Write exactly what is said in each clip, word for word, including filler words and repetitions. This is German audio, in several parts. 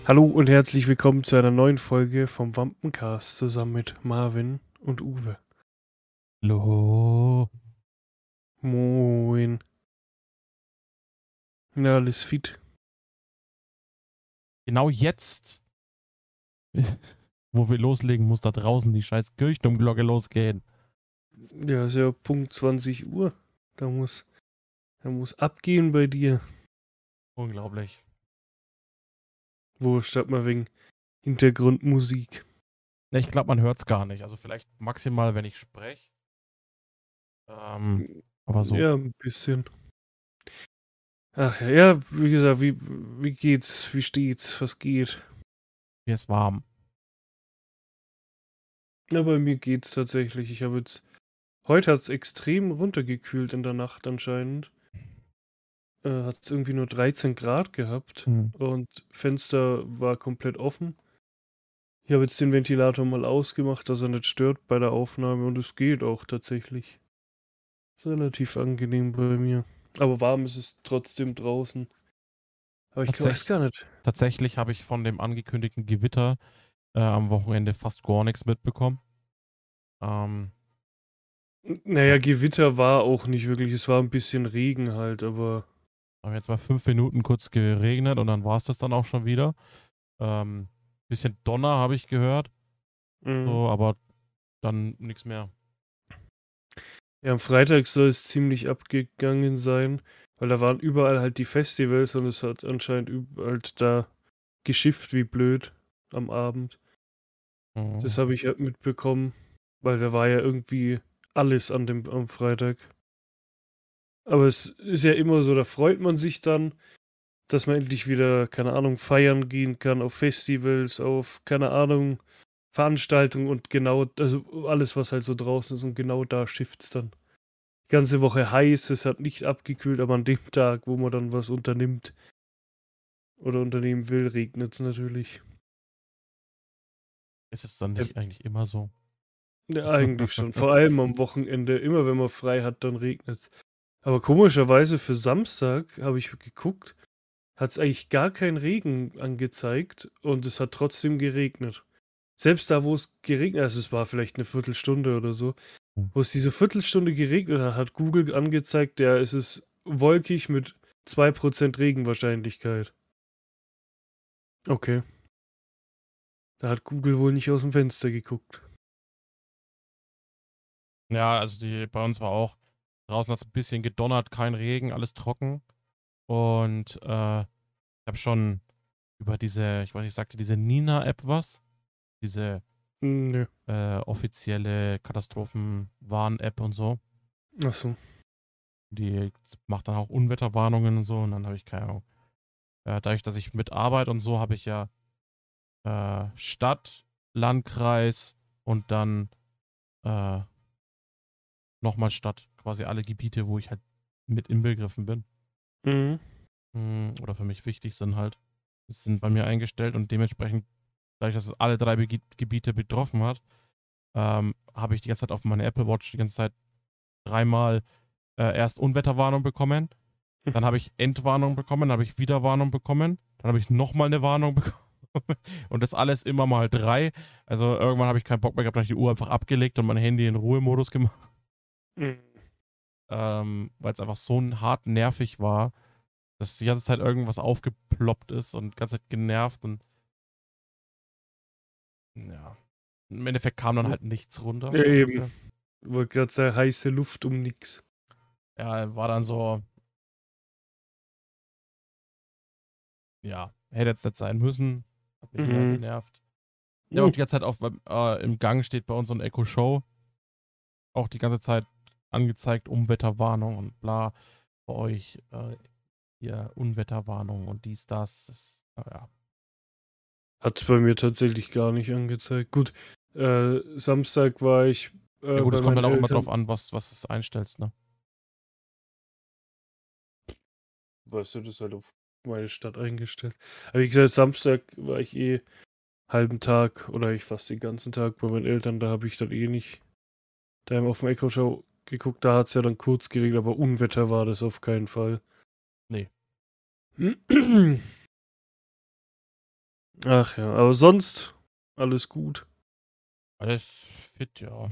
Hallo und herzlich willkommen zu einer neuen Folge vom Wampencast zusammen mit Marvin und Uwe. Hallo. Moin. Na, alles fit. Genau jetzt, wo wir loslegen, muss da draußen die scheiß Kirchturmglocke losgehen. Ja, ist ja Punkt zwanzig Uhr. Da muss, da muss abgehen bei dir. Unglaublich. Wo statt mal wegen Hintergrundmusik. Ne, ich glaube, man hört es gar nicht. Also vielleicht maximal, wenn ich spreche. Ähm, aber so. Ja, ein bisschen. Ach ja, ja, wie gesagt, wie, wie geht's? Wie steht's? Was geht? Mir ist warm. Ja, bei mir geht's tatsächlich. Ich habe jetzt. Heute hat's extrem runtergekühlt in der Nacht anscheinend. Äh, hat es irgendwie nur dreizehn Grad gehabt Hm. und Fenster war komplett offen. Ich habe jetzt den Ventilator mal ausgemacht, dass er nicht stört bei der Aufnahme und es geht auch tatsächlich. Ist relativ angenehm bei mir. Aber warm ist es trotzdem draußen. Aber ich weiß Tatsächlich, gar nicht. tatsächlich habe ich von dem angekündigten Gewitter äh, am Wochenende fast gar nichts mitbekommen. Ähm, N- Naja, Gewitter war auch nicht wirklich. Es war ein bisschen Regen halt, aber haben jetzt mal fünf Minuten kurz geregnet und dann war es das dann auch schon wieder. Ähm, bisschen Donner habe ich gehört. mm. So, aber dann nichts mehr. Ja, am Freitag soll es ziemlich abgegangen sein, weil da waren überall halt die Festivals und es hat anscheinend überall halt da geschifft wie blöd am Abend. Das Mhm. habe ich halt mitbekommen, weil da war ja irgendwie alles an dem am Freitag. Aber es ist ja immer so, da freut man sich dann, dass man endlich wieder, keine Ahnung, feiern gehen kann, auf Festivals, auf, keine Ahnung, Veranstaltungen und genau, also alles, was halt so draußen ist und genau da schifft's dann. Die ganze Woche heiß, es hat nicht abgekühlt, aber an dem Tag, wo man dann was unternimmt oder unternehmen will, regnet es natürlich. Ist es dann Ja, nicht eigentlich immer so? ja, eigentlich schon. Vor allem am Wochenende, immer wenn man frei hat, dann regnet. Aber komischerweise für Samstag habe ich geguckt, hat es eigentlich gar keinen Regen angezeigt und es hat trotzdem geregnet. Selbst da, wo es geregnet hat, also es war vielleicht eine Viertelstunde oder so, Hm. wo es diese Viertelstunde geregnet hat, hat Google angezeigt, ja, es ist wolkig mit zwei Prozent Regenwahrscheinlichkeit. Okay, da hat Google wohl nicht aus dem Fenster geguckt. Ja, also die, bei uns war auch, draußen hat es ein bisschen gedonnert, kein Regen, alles trocken. Und äh, ich habe schon über diese, ich weiß nicht, sagte diese Nina-App was? Diese Hm, nö. äh, offizielle Katastrophenwarn-App und so. Achso. Die macht dann auch Unwetterwarnungen und so. Und dann habe ich keine Ahnung. Äh, dadurch, dass ich mit Arbeit und so, habe ich ja äh, Stadt, Landkreis und dann äh, nochmal Stadt. Quasi alle Gebiete, wo ich halt mit inbegriffen bin. Mhm. Hm, oder für mich wichtig sind halt. Das sind bei mir eingestellt und dementsprechend, dadurch, dass es alle drei Begi- Gebiete betroffen hat, ähm, habe ich die ganze Zeit auf meine Apple Watch die ganze Zeit dreimal äh, erst Unwetterwarnung bekommen, dann habe ich Entwarnung bekommen, dann habe ich wieder Warnung bekommen, dann habe ich nochmal eine Warnung bekommen und das alles immer mal drei. Also irgendwann habe ich keinen Bock mehr gehabt, dann habe ich die Uhr einfach abgelegt und mein Handy in Ruhemodus gemacht, Mhm. ähm, weil es einfach so hart nervig war, dass die ganze Zeit irgendwas aufgeploppt ist und die ganze Zeit genervt und ja, im Endeffekt kam dann halt nichts runter, Ja, so eben. ungefähr. Wollte gerade sagen, heiße Luft um nix. Ja, war dann so, ja, hätte jetzt nicht sein müssen, hat mich mehr Mhm. genervt. Ich habe auch Mhm. die ganze Zeit auf, äh, im Gang steht bei uns so ein Echo Show, auch die ganze Zeit angezeigt, Unwetterwarnung und bla, bei euch, äh, hier Unwetterwarnung und dies, das, das ja. Hat's bei mir tatsächlich gar nicht angezeigt. Gut, äh, Samstag war ich Ja äh, gut, bei es kommt meinen halt auch immer drauf Eltern. an, was, was du einstellst, ne? Weißt du, das ist halt auf meine Stadt eingestellt. Aber wie gesagt, Samstag war ich eh halben Tag oder ich fast den ganzen Tag bei meinen Eltern. Da habe ich dann eh nicht daheim auf dem Echo Show geguckt. Da hat's ja dann kurz geregnet, aber Unwetter war das auf keinen Fall. Nee. Ach ja, aber sonst alles gut. Alles fit, ja.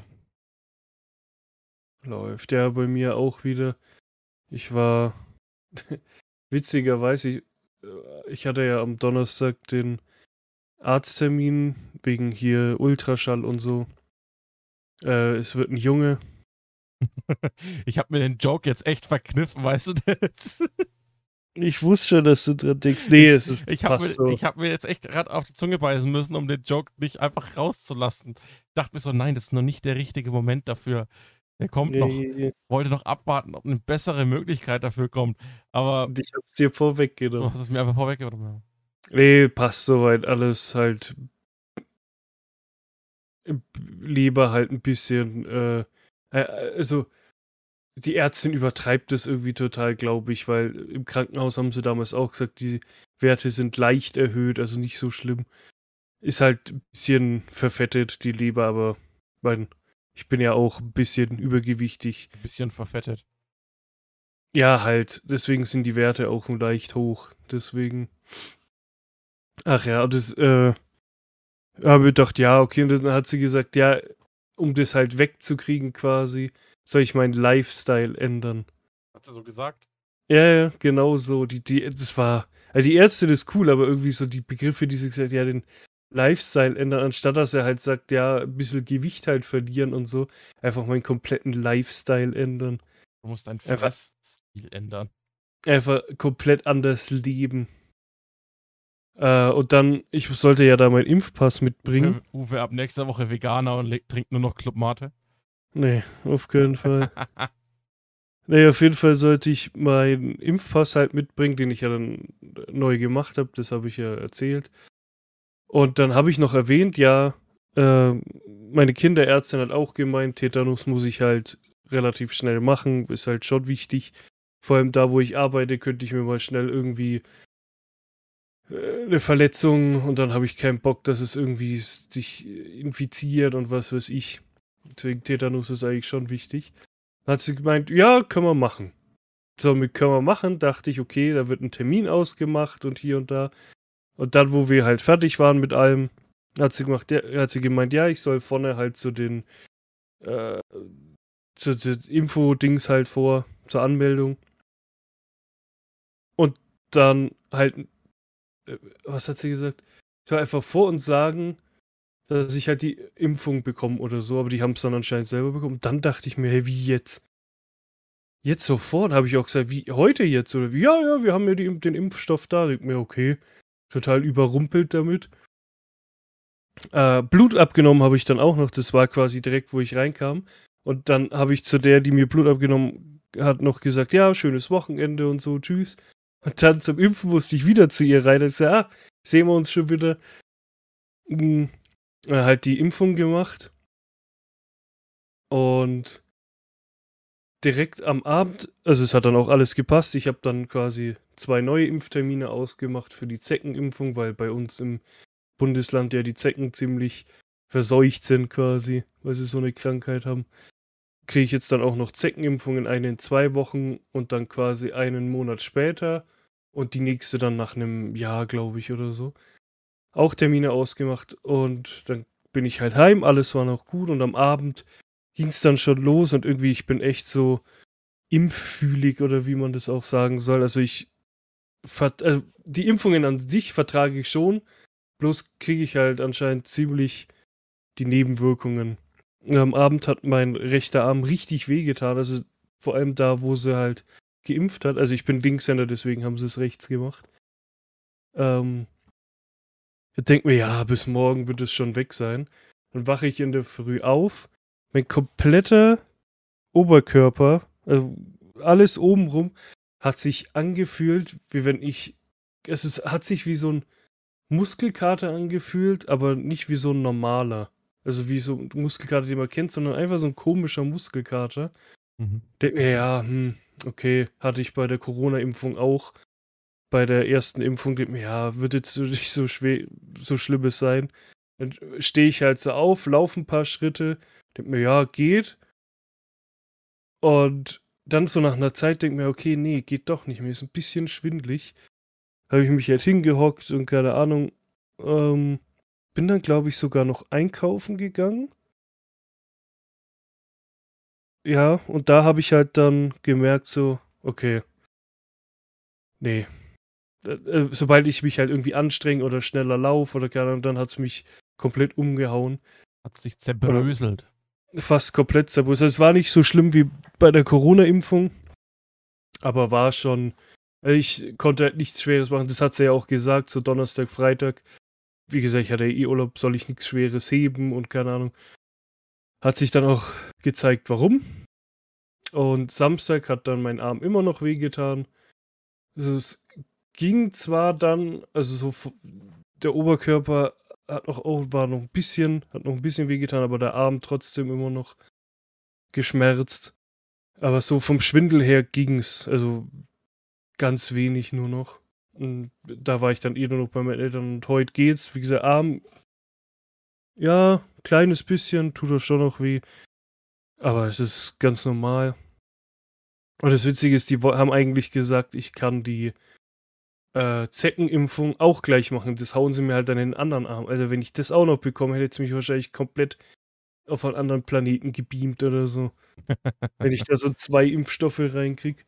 Läuft ja bei mir auch wieder. Ich war witzigerweise, ich, äh, ich hatte ja am Donnerstag den Arzttermin wegen hier Ultraschall und so. Äh, es wird ein Junge. Ich habe mir den Joke jetzt echt verkniffen, weißt du das? Ich wusste schon, dass du dran denkst. Nee, es ist, Ich, ich habe passt mir, so. ich hab mir jetzt echt gerade auf die Zunge beißen müssen, um den Joke nicht einfach rauszulassen. Dachte mir so, nein, das ist noch nicht der richtige Moment dafür. Der kommt Ja, noch. ja, ja. Wollte noch abwarten, ob eine bessere Möglichkeit dafür kommt. Aber Und ich hab's dir du vorweggenommen. hast es mir einfach vorweggenommen. Nee, passt soweit alles halt. Lieber halt ein bisschen, äh, äh, also die Ärztin übertreibt das irgendwie total, glaube ich, weil im Krankenhaus haben sie damals auch gesagt, die Werte sind leicht erhöht, also nicht so schlimm. Ist halt ein bisschen verfettet, die Leber, aber mein, ich bin ja auch ein bisschen übergewichtig. Ein bisschen verfettet. Ja, halt, deswegen sind die Werte auch leicht hoch. Deswegen. Ach ja, das, äh, habe ich gedacht, ja, okay, und dann hat sie gesagt, ja, um das halt wegzukriegen quasi, soll ich meinen Lifestyle ändern. Hat sie so gesagt? Ja, ja, genau so. Die, die, das war, also die Ärztin ist cool, aber irgendwie so die Begriffe, die sie gesagt hat, ja, den Lifestyle ändern, anstatt dass er halt sagt, ja, ein bisschen Gewicht halt verlieren und so, einfach meinen kompletten Lifestyle ändern. Du musst deinen Einfach, Fressstil ändern. einfach komplett anders leben. Äh, und dann, ich sollte ja da meinen Impfpass mitbringen. Uwe, Uwe ab nächster Woche Veganer und le- trinkt nur noch Club Mate. Nee, auf keinen Fall. Nee, auf jeden Fall sollte ich meinen Impfpass halt mitbringen, den ich ja dann neu gemacht habe. Das habe ich ja erzählt. Und dann habe ich noch erwähnt, ja, äh, meine Kinderärztin hat auch gemeint, Tetanus muss ich halt relativ schnell machen. Ist halt schon wichtig. Vor allem da, wo ich arbeite, könnte ich mir mal schnell irgendwie äh, eine Verletzung und dann habe ich keinen Bock, dass es irgendwie sich infiziert und was weiß ich. Deswegen Tetanus ist eigentlich schon wichtig. Dann hat sie gemeint, ja, können wir machen. So, mit können wir machen, dachte ich, okay, da wird ein Termin ausgemacht und hier und da. Und dann, wo wir halt fertig waren mit allem, hat sie gemacht, ja, hat sie gemeint, ja, ich soll vorne halt zu den äh, zu den Info-Dings halt vor, zur Anmeldung. Und dann halt, äh, was hat sie gesagt? Ich soll einfach vor uns sagen, dass ich halt die Impfung bekomme oder so, aber die haben es dann anscheinend selber bekommen. Und dann dachte ich mir, hey, wie jetzt? Jetzt sofort, habe ich auch gesagt, wie heute jetzt? Oder wie, ja, ja, wir haben ja die, den Impfstoff da. Ich mir, okay, total überrumpelt damit. Äh, Blut abgenommen habe ich dann auch noch, das war quasi direkt, wo ich reinkam. Und dann habe ich zu der, die mir Blut abgenommen hat, noch gesagt, ja, schönes Wochenende und so, tschüss. Und dann zum Impfen musste ich wieder zu ihr rein. Und ich so, ah, sehen wir uns schon wieder. Mhm. Äh, halt die Impfung gemacht. Und direkt am Abend, also es hat dann auch alles gepasst. Ich habe dann quasi zwei neue Impftermine ausgemacht für die Zeckenimpfung, weil bei uns im Bundesland ja die Zecken ziemlich verseucht sind quasi, weil sie so eine Krankheit haben. Kriege ich jetzt dann auch noch Zeckenimpfungen, eine in zwei Wochen und dann quasi einen Monat später und die nächste dann nach einem Jahr, glaube ich, oder so. Auch Termine ausgemacht und dann bin ich halt heim, alles war noch gut und am Abend ging es dann schon los und irgendwie, ich bin echt so impffühlig oder wie man das auch sagen soll. Also ich, vert- also die Impfungen an sich vertrage ich schon, bloß kriege ich halt anscheinend ziemlich die Nebenwirkungen. Und am Abend hat mein rechter Arm richtig wehgetan, also vor allem da, wo sie halt geimpft hat. Also ich bin Linkshänder, deswegen haben sie es rechts gemacht. Ähm, ich denke mir, ja, bis morgen wird es schon weg sein. Dann wache ich in der Früh auf. Mein kompletter Oberkörper, also alles obenrum, hat sich angefühlt, wie wenn ich. Es ist, hat sich wie so ein Muskelkater angefühlt, aber nicht wie so ein normaler. Also wie so ein Muskelkater, den man kennt, sondern einfach so ein komischer Muskelkater. Mhm. Denk mir, ja, hm, okay, hatte ich bei der Corona-Impfung auch. Bei der ersten Impfung, denk mir, ja, wird jetzt so nicht so schwer, so Schlimmes sein. Dann stehe ich halt so auf, laufe ein paar Schritte, denk mir, ja, geht. Und dann so nach einer Zeit denk mir, okay, nee, geht doch nicht mehr, ist ein bisschen schwindelig. Habe ich mich halt hingehockt und keine Ahnung, Ähm, bin dann, glaube ich, sogar noch einkaufen gegangen. Ja, und da habe ich halt dann gemerkt so, okay, ne. Äh, äh, sobald ich mich halt irgendwie anstrenge oder schneller laufe oder keine Ahnung, dann hat's mich komplett umgehauen. Hat sich Oder zerbröselt. fast komplett zerbröselt. Es war nicht so schlimm wie bei der Corona-Impfung, aber war schon äh, ich konnte halt nichts Schweres machen. Das hat sie ja auch gesagt, so Donnerstag, Freitag. Wie gesagt, ich hatte ja eh Urlaub, soll ich nix Schweres heben und keine Ahnung. Hat sich dann auch gezeigt, warum. Und Samstag hat dann mein Arm immer noch wehgetan. Also, es ging zwar dann also, so v der Oberkörper hat noch auch war noch 'n bisschen hat noch 'n bisschen wehgetan, aber der Arm trotzdem immer noch geschmerzt. Aber so vom Schwindel her ging's, also, ganz wenig nur noch. Und da war ich dann eh nur noch bei meinen Eltern und heute geht's. Wie gesagt, Arm ja, kleines bisschen tut er schon noch weh, aber es ist ganz normal. Und das Witzige ist, die woll haben eigentlich gesagt, ich kann die, äh, Zeckenimpfung auch gleich machen. Das hauen sie mir halt dann in den anderen Arm. Also, wenn ich das auch noch bekomme, hätte es mich wahrscheinlich komplett auf einen anderen Planeten gebeamt oder so. Wenn ich da so zwei Impfstoffe reinkriege.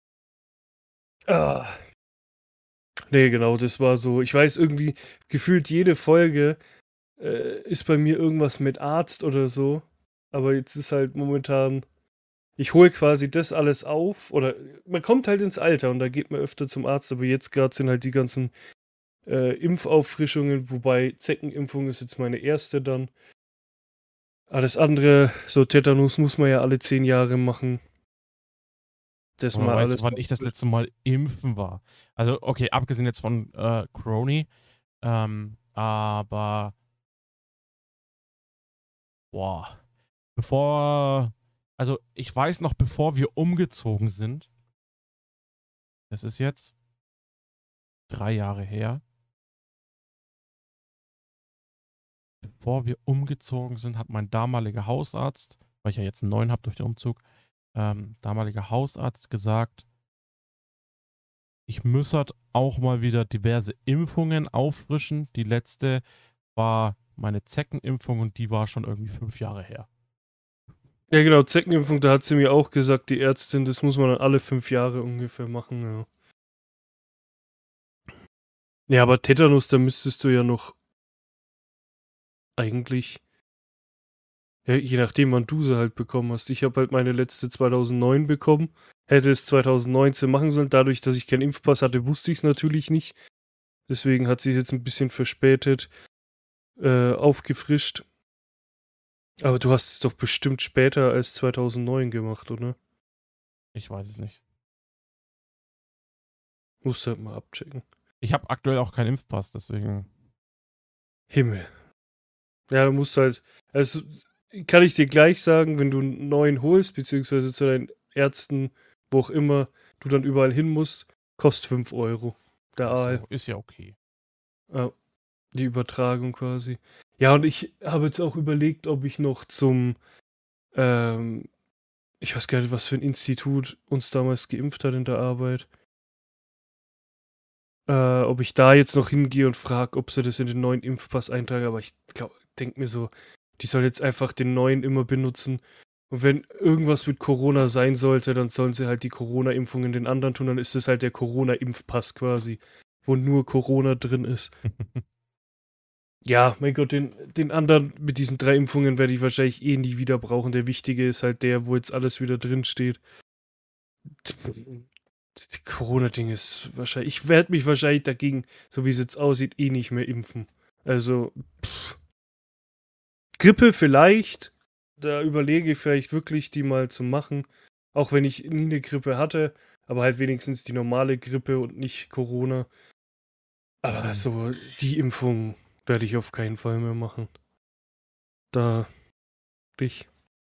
Ah. Ne, genau, das war so ich weiß irgendwie, gefühlt jede Folge, äh, ist bei mir irgendwas mit Arzt oder so. Aber jetzt ist halt momentan ich hole quasi das alles auf oder man kommt halt ins Alter und da geht man öfter zum Arzt, aber jetzt grad sind halt die ganzen, äh, Impfauffrischungen, wobei Zeckenimpfung ist jetzt meine erste dann. Alles andere, so Tetanus muss man ja alle zehn Jahre machen. Das Woher mal weißt alles du, wann ich das letzte Mal impfen war? Also, okay, abgesehen jetzt von, äh, Crony, ähm, aber boah, bevor also, ich weiß noch, bevor wir umgezogen sind das ist jetzt drei Jahre her. Bevor wir umgezogen sind, hat mein damaliger Hausarzt, weil ich ja jetzt 'n neuen habe durch den Umzug, ähm, damaliger Hausarzt gesagt ich müssert auch mal wieder diverse Impfungen auffrischen. Die letzte war meine Zeckenimpfung und die war schon irgendwie fünf Jahre her. Ja genau, Zeckenimpfung, da hat sie mir auch gesagt, die Ärztin, das muss man dann alle fünf Jahre ungefähr machen, ja. Ja, aber Tetanus, da müsstest du ja noch eigentlich ja, je nachdem, wann du sie halt bekommen hast. Ich habe halt meine letzte zweitausendneun bekommen, hätte es zweitausendneunzehn machen sollen. Dadurch, dass ich keinen Impfpass hatte, wusste ich's natürlich nicht. Deswegen hat sich's jetzt 'n bisschen verspätet, äh, aufgefrischt. Aber du hast es doch bestimmt später als zweitausendneun gemacht, oder? Ich weiß es nicht. Musst du halt mal abchecken. Ich habe aktuell auch keinen Impfpass, deswegen Himmel. Ja, du musst halt also, kann ich dir gleich sagen, wenn du 'n neuen holst, beziehungsweise zu deinen Ärzten, wo auch immer du dann überall hin musst, kostet fünf Euro, der Ist Aal. ja ist ja okay. Ja, die Übertragung quasi. Ja, und ich habe jetzt auch überlegt, ob ich noch zum, ähm ich weiß gar nicht, was für 'n Institut uns damals geimpft hat in der Arbeit. Äh, ob ich da jetzt noch hingehe und frage, ob sie das in den neuen Impfpass eintragen, aber ich glaube denke mir so, die sollen jetzt einfach den neuen immer benutzen. Und wenn irgendwas mit Corona sein sollte, dann sollen sie halt die Corona-Impfung in den anderen tun, dann ist das halt der Corona-Impfpass quasi, wo nur Corona drin ist. Ja, mein Gott, den den anderen mit diesen drei Impfungen werde ich wahrscheinlich eh nie wieder brauchen. Der wichtige ist halt der, wo jetzt alles wieder drinsteht. D Corona-Ding ist wahrscheinlich ich werde mich wahrscheinlich dagegen, so wie's jetzt aussieht, eh nicht mehr impfen. Also, Grippe vielleicht, da überlege ich vielleicht wirklich, die mal zu machen, auch wenn ich nie 'ne Grippe hatte, aber halt wenigstens die normale Grippe und nicht Corona. Aber so die Impfung werde ich auf keinen Fall mehr machen. Da ich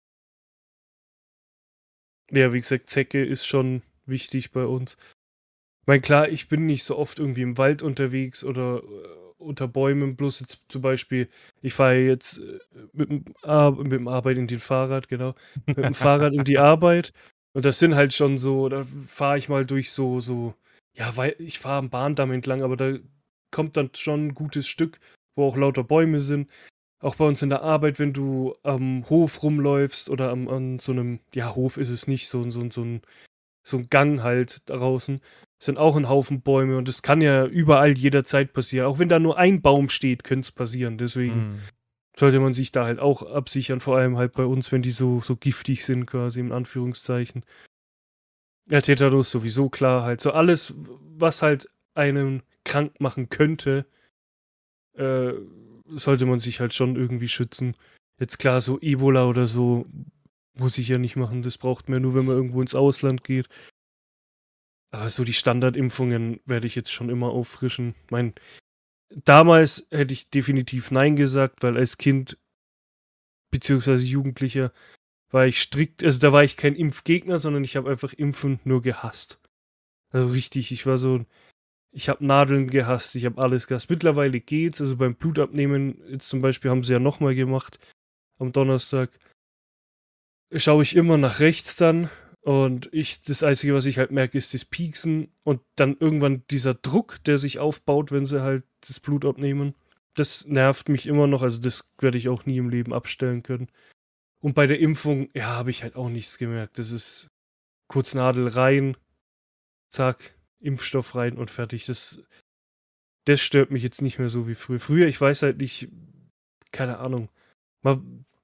Ja, wie gesagt, Zecke ist schon wichtig bei uns. Meine, klar, ich bin nicht so oft irgendwie im Wald unterwegs oder, äh, unter Bäumen, bloß jetzt zum Beispiel, ich fahre ja jetzt, äh, mit'm Ar mit'm Arbeit in den Fahrrad, genau, mit'm Fahrrad in die Arbeit und das sind halt schon so da fahre ich mal durch so so ja, wei ich fahre am Bahndamm entlang, aber da kommt dann schon ein gutes Stück, wo auch lauter Bäume sind. Auch bei uns in der Arbeit, wenn du am Hof rumläufst oder am, an so einem, ja, Hof ist es nicht, so, so, so, ein, so ein Gang halt draußen, sind auch ein Haufen Bäume und das kann ja überall jederzeit passieren. Auch wenn da nur ein Baum steht, könnte es passieren. Deswegen Mhm. sollte man sich da halt auch absichern, vor allem halt bei uns, wenn die so, so giftig sind, quasi in Anführungszeichen. Ja, Tetanus sowieso klar, halt so alles, was halt einen krank machen könnte, äh, sollte man sich halt schon irgendwie schützen. Jetzt klar, so Ebola oder so muss ich ja nicht machen, das braucht man nur, wenn man irgendwo ins Ausland geht. Aber so die Standardimpfungen werde ich jetzt schon immer auffrischen. Mein, damals hätte ich definitiv Nein gesagt, weil als Kind beziehungsweise Jugendlicher war ich strikt, also da war ich kein Impfgegner, sondern ich habe einfach Impfen nur gehasst. Also richtig, ich war so, ich habe Nadeln gehasst, ich habe alles gehasst. Mittlerweile geht's, also beim Blutabnehmen, jetzt zum Beispiel haben sie ja nochmal gemacht, am Donnerstag, schaue ich immer nach rechts dann und ich, das Einzige, was ich halt merke, ist das Pieksen und dann irgendwann dieser Druck, der sich aufbaut, wenn sie halt das Blut abnehmen. Das nervt mich immer noch, also das werde ich auch nie im Leben abstellen können. Und bei der Impfung, ja, habe ich halt auch nichts gemerkt. Das ist kurz Nadel rein, zack, Impfstoff rein und fertig. Das, das stört mich jetzt nicht mehr so wie früher. Früher, ich weiß halt nicht, keine Ahnung. Mal,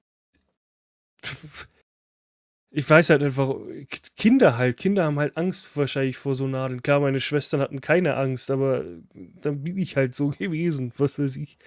ich weiß halt einfach, Kinder halt, Kinder haben halt Angst wahrscheinlich vor so Nadeln. Klar, meine Schwestern hatten keine Angst, aber dann bin ich halt so gewesen, was weiß ich.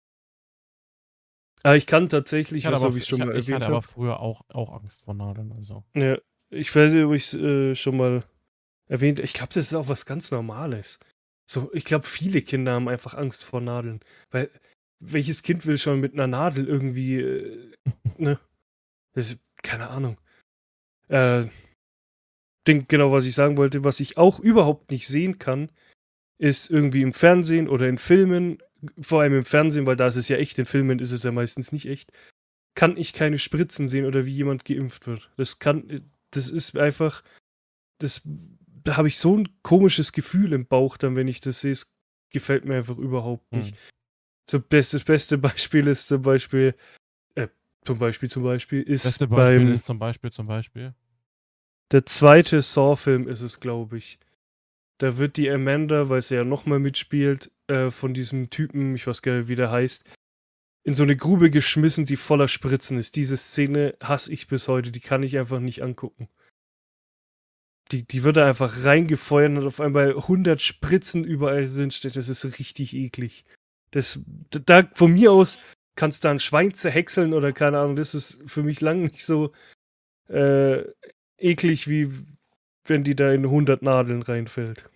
Aber ich kann tatsächlich, Ich hatte was aber, ob ich ich, schon mal ich hatte erwähnt aber habe. früher auch, auch Angst vor Nadeln. Also. Ja, ich weiß nicht, ob ich es äh, schon mal erwähnt. Ich glaube, das ist auch was ganz Normales. So, ich glaube, viele Kinder haben einfach Angst vor Nadeln. Weil, welches Kind will schon mit einer Nadel irgendwie, äh, ne? Das ist, keine Ahnung. Äh, denk genau, was ich sagen wollte. Was ich auch überhaupt nicht sehen kann, ist irgendwie im Fernsehen oder in Filmen, vor allem im Fernsehen, weil da ist es ja echt, in Filmen ist es ja meistens nicht echt, kann ich keine Spritzen sehen oder wie jemand geimpft wird. Das kann, das ist einfach, das, da habe ich so ein komisches Gefühl im Bauch dann, wenn ich das sehe. Es gefällt mir einfach überhaupt Hm. nicht. So, das, das beste Beispiel ist zum Beispiel, äh, zum Beispiel, zum Beispiel, ist Beste Beispiel beim, ist zum Beispiel, zum Beispiel. der zweite Saw-Film ist es, glaube ich. Da wird die Amanda, weil sie ja nochmal mitspielt, äh, von diesem Typen, ich weiß gar nicht, wie der heißt, in so eine Grube geschmissen, die voller Spritzen ist. Diese Szene hasse ich bis heute, die kann ich einfach nicht angucken. Die, die wird da einfach reingefeuert und auf einmal hundert Spritzen überall drin steht. Das ist richtig eklig. Das, da, von mir aus kannst du da ein Schwein zerhäckseln oder keine Ahnung, das ist für mich lang nicht so äh, eklig, wie wenn die da in hundert Nadeln reinfällt.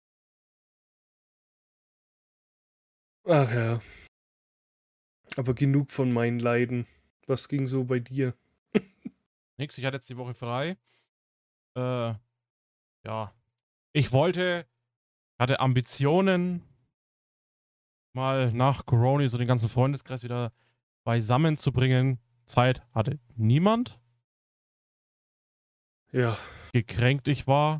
Ach ja. Aber genug von meinen Leiden. Was ging so bei dir? Nix, ich hatte jetzt die Woche frei. Äh, ja. Ich wollte, hatte Ambitionen, mal nach Corona so den ganzen Freundeskreis wieder beisammen zu bringen. Zeit hatte niemand. Ja. Gekränkt ich war.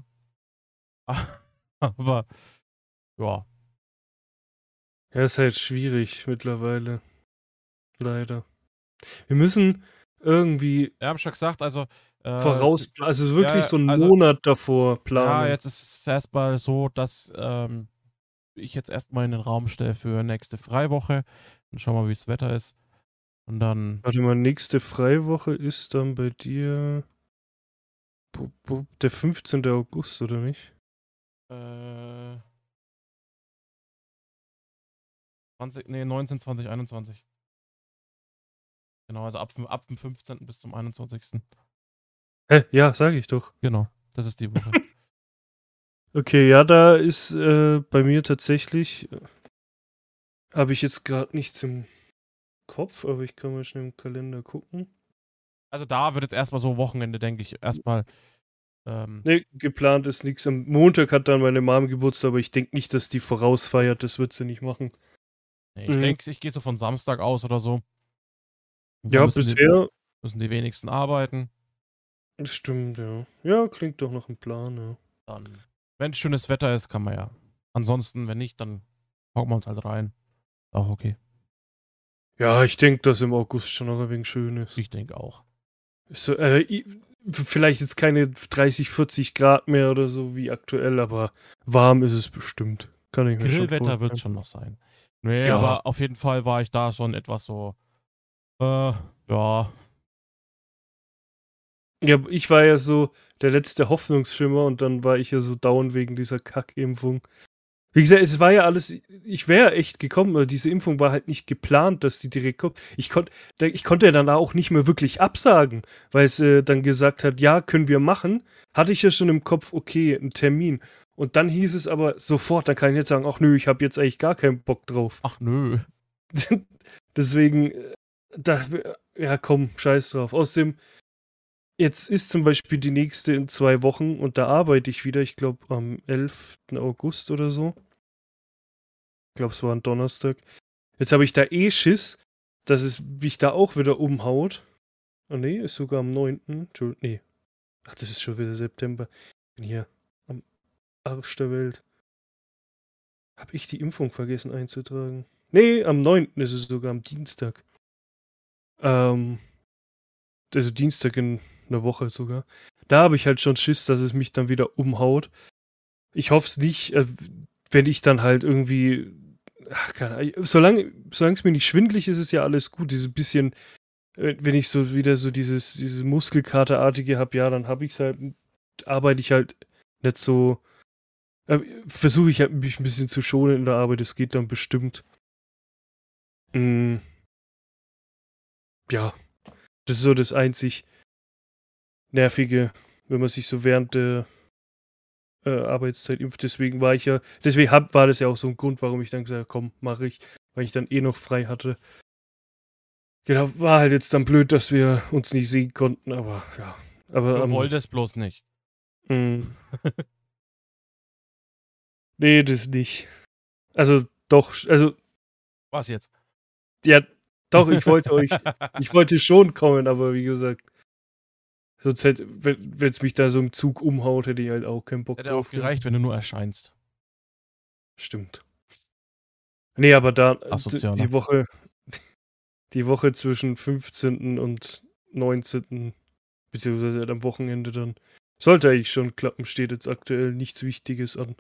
Aber, ja. Ja, ist halt schwierig mittlerweile. Leider. Wir müssen irgendwie Ja, hab schon gesagt, also, äh, voraus, also wirklich ja, so einen also, Monat davor ja, planen. jetzt ist es erstmal so, dass ähm, ich jetzt erstmal in den Raum stelle für nächste Freiwoche. Dann schauen wir mal, wie das Wetter ist. Und dann, Warte mal, nächste Freiwoche ist dann bei dir bu- bu- der fünfzehnte August, oder nicht? äh, zwanzig, nee, neunzehn, zwanzig, einundzwanzig. Genau, also ab, ab dem fünfzehnten bis zum einundzwanzigsten Hä? Ja, sag ich doch. Genau, das ist die Woche. Okay, ja, da ist äh, bei mir tatsächlich, äh, habe ich jetzt gerade nichts im Kopf, aber ich kann mal schnell im Kalender gucken. Also da wird jetzt erstmal so Wochenende, denke ich, erstmal. Ähm, Ne, geplant ist nichts. Am Montag hat dann meine Mom Geburtstag, aber ich denke nicht, dass die vorausfeiert. Das wird sie nicht machen. nee, ich Mhm. denke, ich gehe so von Samstag aus oder so. Und dann Ja, müssen die, bisher, müssen die wenigsten arbeiten. das stimmt, ja. Ja, klingt doch nach einem Plan, ja. Dann, wenn schönes Wetter ist, kann man ja. Ansonsten, wenn nicht, dann Hauen wir uns halt rein. Auch okay. Ja, ich denke, dass im August schon noch ein wenig schön ist. Ich denke auch. So, äh, i- vielleicht jetzt keine dreißig, vierzig Grad mehr oder so wie aktuell, aber warm ist es bestimmt. Kann ich mir schon Grillwetter wird vorstellen. schon noch sein. Nee, Ja. aber auf jeden Fall war ich da schon etwas so, äh, ja, Ja, ich war ja so der letzte Hoffnungsschimmer und dann war ich ja so down wegen dieser Kackimpfung. Wie gesagt, es war ja alles, ich wäre echt gekommen, aber diese Impfung war halt nicht geplant, dass die direkt kommt. Ich, konnt, da- ich konnte ja dann auch nicht mehr wirklich absagen, weil es äh, dann gesagt hat, ja, können wir machen. Hatte ich ja schon im Kopf, okay, einen Termin. Und dann hieß es aber sofort, da kann ich jetzt sagen, ach nö, ich habe jetzt eigentlich gar keinen Bock drauf. ach nö. Deswegen, äh, da, ja komm, scheiß drauf. Außerdem, jetzt ist zum Beispiel die nächste in zwei Wochen und da arbeite ich wieder, ich glaube am elften August oder so. Ich glaube, es war ein Donnerstag. Jetzt habe ich da eh Schiss, dass es mich da auch wieder umhaut. Oh nee, ist sogar am neunten Entschuldigung, nee. Ach, das ist schon wieder September. Ich bin hier am Arsch der Welt. Hab ich die Impfung vergessen einzutragen? Nee, am neunten ist es sogar am Dienstag. Ähm, also Dienstag in einer Woche sogar. Da habe ich halt schon Schiss, dass es mich dann wieder umhaut. Ich hoffe es nicht, äh, wenn ich dann halt irgendwie. Ach, keine Ahnung. Solange, solange es mir nicht schwindelig ist, ist ja alles gut. Dieses bisschen, äh, wenn ich so wieder so dieses, dieses Muskelkaterartige habe, ja, dann habe ich es halt, arbeite ich halt nicht so. Äh, Versuche ich halt mich ein bisschen zu schonen in der Arbeit, das geht dann bestimmt. Mm, ja, das ist so das einzig Nervige, wenn man sich so während der äh, Arbeitszeit impft. Deswegen war ich ja, deswegen hab, war das ja auch so ein Grund, warum ich dann gesagt habe, komm, mache ich, weil ich dann eh noch frei hatte. Genau, war halt jetzt dann blöd, dass wir uns nicht sehen konnten, aber ja. Aber Du ähm, wolltest bloß nicht. mh, nee, das nicht. Also doch, also Was jetzt? ja, doch, ich wollte euch, ich wollte schon kommen, aber wie gesagt, sonst hätte, wenn es mich da so im Zug umhaut, hätte ich halt auch keinen Bock Hätte auch drauf gehabt. gereicht, wenn du nur erscheinst. Stimmt. Nee, aber da d- Asozialer. die Woche, die Woche zwischen fünfzehnten und neunzehnten beziehungsweise halt am Wochenende dann, sollte eigentlich schon klappen, steht jetzt aktuell nichts Wichtiges an.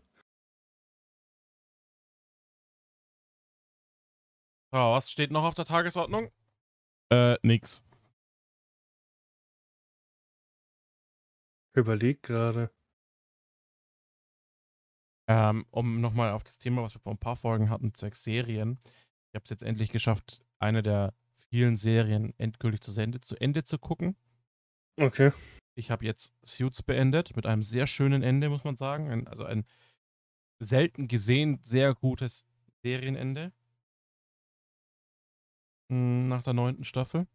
So, was steht noch auf der Tagesordnung? Äh, nix. Überleg gerade. Ähm, um nochmal auf das Thema, was wir vor ein paar Folgen hatten, zwecks Serien. Ich habe es jetzt endlich geschafft, eine der vielen Serien endgültig zu Ende, zu Ende zu gucken. Okay. Ich habe jetzt Suits beendet, mit einem sehr schönen Ende, muss man sagen. Ein, also ein selten gesehen sehr gutes Serienende. Hm, Nach der neunten Staffel.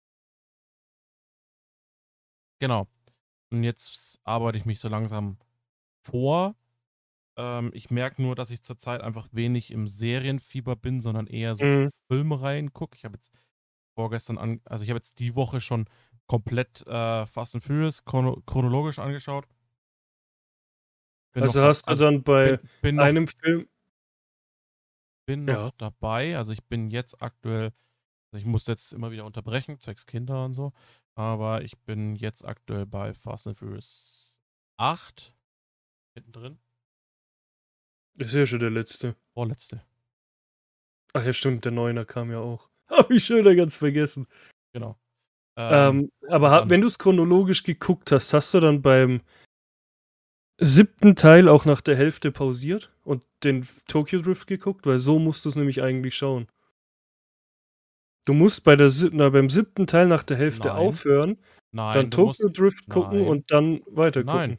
Genau. Und jetzt arbeite ich mich so langsam vor. Ähm, ich merke nur, dass ich zurzeit einfach wenig im Serienfieber bin, sondern eher so Mhm. Filmreihen gucke. Ich habe jetzt vorgestern an, also ich habe jetzt die Woche schon komplett äh, Fast and Furious chrono chronologisch angeschaut. Bin noch Also da, hast du also dann bei bin, bin noch einem Film. bin noch Ja. dabei. Also ich bin jetzt aktuell, also ich muss jetzt immer wieder unterbrechen, zwecks Kinder und so. Aber ich bin jetzt aktuell bei Fast and Furious acht mittendrin. Das ist ja schon der letzte. Vorletzte. Ach ja, stimmt, der Neuner kam ja auch. Hab ich schon wieder ganz vergessen. Genau. Ähm, Ähm, aber und ha- dann, wenn du es chronologisch geguckt hast, hast du dann beim siebten Teil auch nach der Hälfte pausiert und den Tokyo Drift geguckt? Weil so musst du es nämlich eigentlich schauen. Du musst bei der, sieb- na, beim siebten Teil nach der Hälfte nein, aufhören, dann nein, du musst, Tokyo Drift gucken nein, und dann weiter nein, gucken.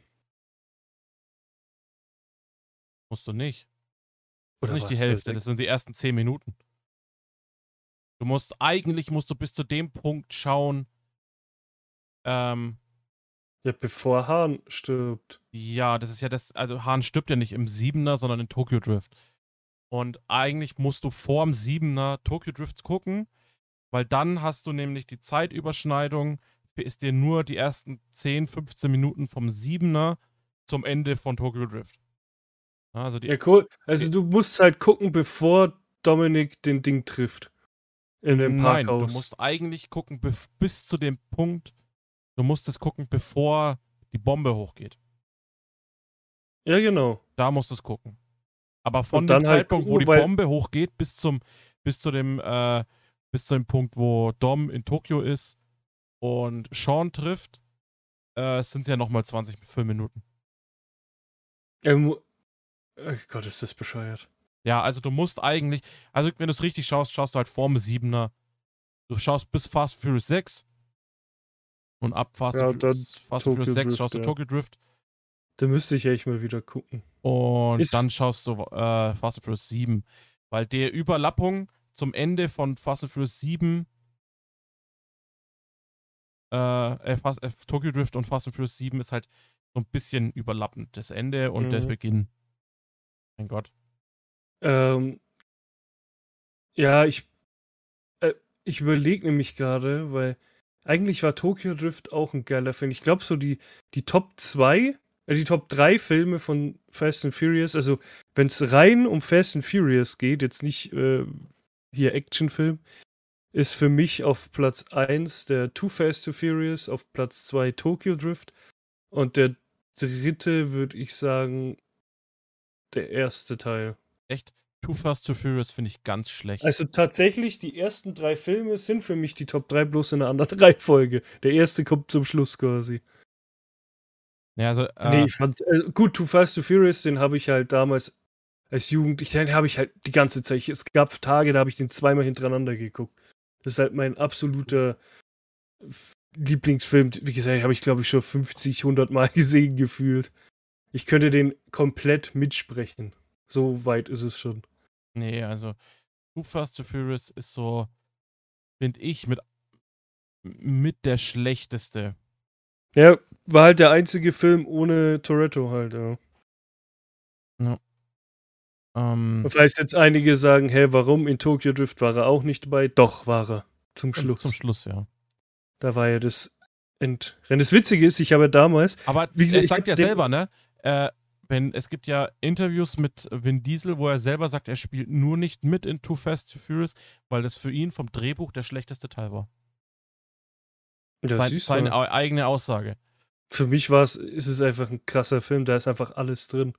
musst du nicht. Das ist Oder nicht die was? Der Hälfte, das sechs- sind die ersten zehn Minuten. Du musst, eigentlich musst du bis zu dem Punkt schauen, ähm, Ja, bevor Hahn stirbt. ja, das ist ja das, also Hahn stirbt ja nicht im Siebener, sondern in Tokyo Drift. Und eigentlich musst du vorm Siebener Tokyo Drift gucken, weil dann hast du nämlich die Zeitüberschneidung, ist dir nur die ersten zehn, fünfzehn Minuten vom Siebener zum Ende von Tokyo Drift. Also die, Ja, cool. Also die du musst halt gucken, bevor Dominik den Ding trifft. In dem Nein, du Parkhaus. musst eigentlich gucken, bef- bis zu dem Punkt, du musst es gucken, bevor die Bombe hochgeht. Ja, genau. Da musst du es gucken. Aber von Und dem dann halt Zeitpunkt, wo gucken, die weil Bombe hochgeht, bis zum, bis zu dem, äh, bis zu dem Punkt, wo Dom in Tokio ist und Sean trifft, äh, sind es ja nochmal zwanzig Filmminuten. ähm, oh Gott, ist das bescheuert. Ja, also du musst eigentlich, also wenn du es richtig schaust, schaust du halt vorm Siebener. Du schaust bis Fast and Furious sechs und ab Fast Ja, and und dann Furious, Fast and Furious Tokyo sechs Drift, schaust du ja. Tokyo Drift Da müsste ich echt mal wieder gucken. und Ist dann schaust du äh, Fast and Furious sieben. Weil die Überlappung zum Ende von Fast and Furious sieben, äh, äh, Fast, äh, Tokyo Drift und Fast and Furious sieben ist halt so ein bisschen überlappend. Das Ende und der Mhm. Beginn. Mein Gott. Ähm, ja, ich, äh, ich überlege nämlich gerade, weil eigentlich war Tokyo Drift auch ein geiler Film. Ich glaube, so die, die Top zwei, äh, die Top drei Filme von Fast and Furious, also wenn es rein um Fast and Furious geht, jetzt nicht äh, hier Actionfilm, ist für mich auf Platz eins der Too Fast to Furious, auf Platz zwei Tokyo Drift und der dritte würde ich sagen, der erste Teil. Echt? Too Fast, Too Furious finde ich ganz schlecht. Also tatsächlich, die ersten drei Filme sind für mich die Top drei bloß in einer anderen Reihenfolge. Der erste kommt zum Schluss quasi. Ja, also, Nee, äh, ich fand, äh, gut, Too Fast, Too Furious, den habe ich halt damals als Jugendlicher, den habe ich halt die ganze Zeit, ich, es gab Tage, da habe ich den zweimal hintereinander geguckt. Das ist halt mein absoluter F- Lieblingsfilm. Wie gesagt, den habe ich glaube ich schon fünfzig, hundert Mal gesehen gefühlt. Ich könnte den komplett mitsprechen. So weit ist es schon. nee, also Too Fast, Too Furious ist so, finde ich, mit, mit der schlechteste. Ja, war halt der einzige Film ohne Toretto halt, ja. Ja. Ähm, Und falls jetzt einige sagen, hey, warum? In Tokyo Drift war er auch nicht dabei. Doch, war er. Zum zum, zum Schluss. Schluss, ja. Da war ja das Endrennen. Das Witzige ist, ich habe damals, Aber wie gesagt, er ich sagt habe ja den, selber, ne? Äh, wenn, es gibt ja Interviews mit Vin Diesel, wo er selber sagt, er spielt nur nicht mit in Too Fast, Too Furious, weil das für ihn vom Drehbuch der schlechteste Teil war. ja, Sein, siehst seine du, au- eigene Aussage. für mich war es, ist es einfach ein krasser Film, da ist einfach alles drin.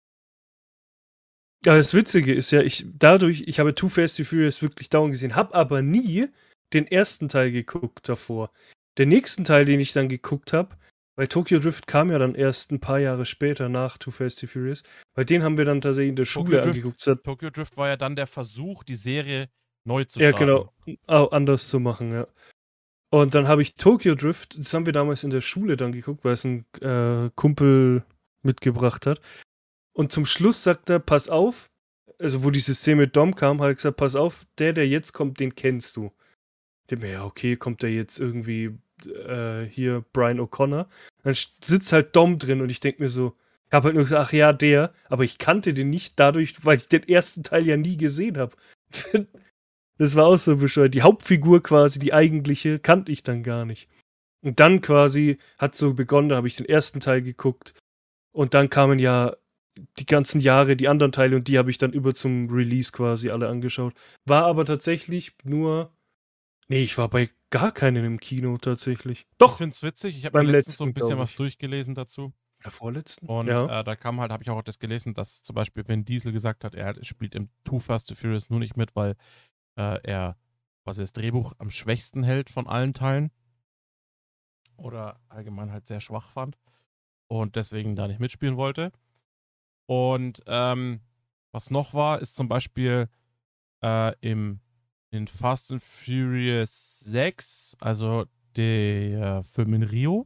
Aber das Witzige ist ja, ich dadurch, ich habe Too Fast, Too Furious wirklich dauernd gesehen, habe aber nie den ersten Teil geguckt davor. Den nächsten Teil, den ich dann geguckt habe, weil Tokyo Drift kam ja dann erst ein paar Jahre später nach Too Fast, Too Furious, weil den haben wir dann tatsächlich in der Schule Tokyo Drift, angeguckt. So, Tokyo Drift war ja dann der Versuch, die Serie neu zu ja, starten. genau, au- anders zu machen, ja. Und dann habe ich Tokyo Drift, das haben wir damals in der Schule dann geguckt, weil es ein äh, Kumpel mitgebracht hat. Und zum Schluss sagt er, pass auf, also wo diese Szene mit Dom kam, hat er gesagt, pass auf, der, der jetzt kommt, den kennst du. Ich denke mir, ja, okay, kommt der jetzt irgendwie äh, hier Brian O'Connor? Dann sch- sitzt halt Dom drin und ich denke mir so, ich habe halt nur gesagt, ach ja, der, aber ich kannte den nicht dadurch, weil ich den ersten Teil ja nie gesehen habe. Das war auch so bescheuert. Die Hauptfigur quasi, die eigentliche, kannte ich dann gar nicht. Und dann quasi hat so begonnen, da habe ich den ersten Teil geguckt und dann kamen ja die ganzen Jahre die anderen Teile und die habe ich dann über zum Release quasi alle angeschaut. War aber tatsächlich nur. Nee, ich war bei gar keinen im Kino tatsächlich. Ich Doch, finde es witzig, ich habe mir beim letztens so ein letzten, bisschen glaube was ich. durchgelesen dazu. Der vorletzten? Und Ja. äh, da kam halt, habe ich auch das gelesen, dass zum Beispiel Vin Diesel gesagt hat, er spielt im Too Fast, Too Furious nur nicht mit, weil äh, er quasi das Drehbuch am schwächsten hält von allen Teilen. Oder allgemein halt sehr schwach fand. Und deswegen da nicht mitspielen wollte. Und ähm, was noch war, ist zum Beispiel äh, im, in Fast and Furious sechs, also der Film in Rio.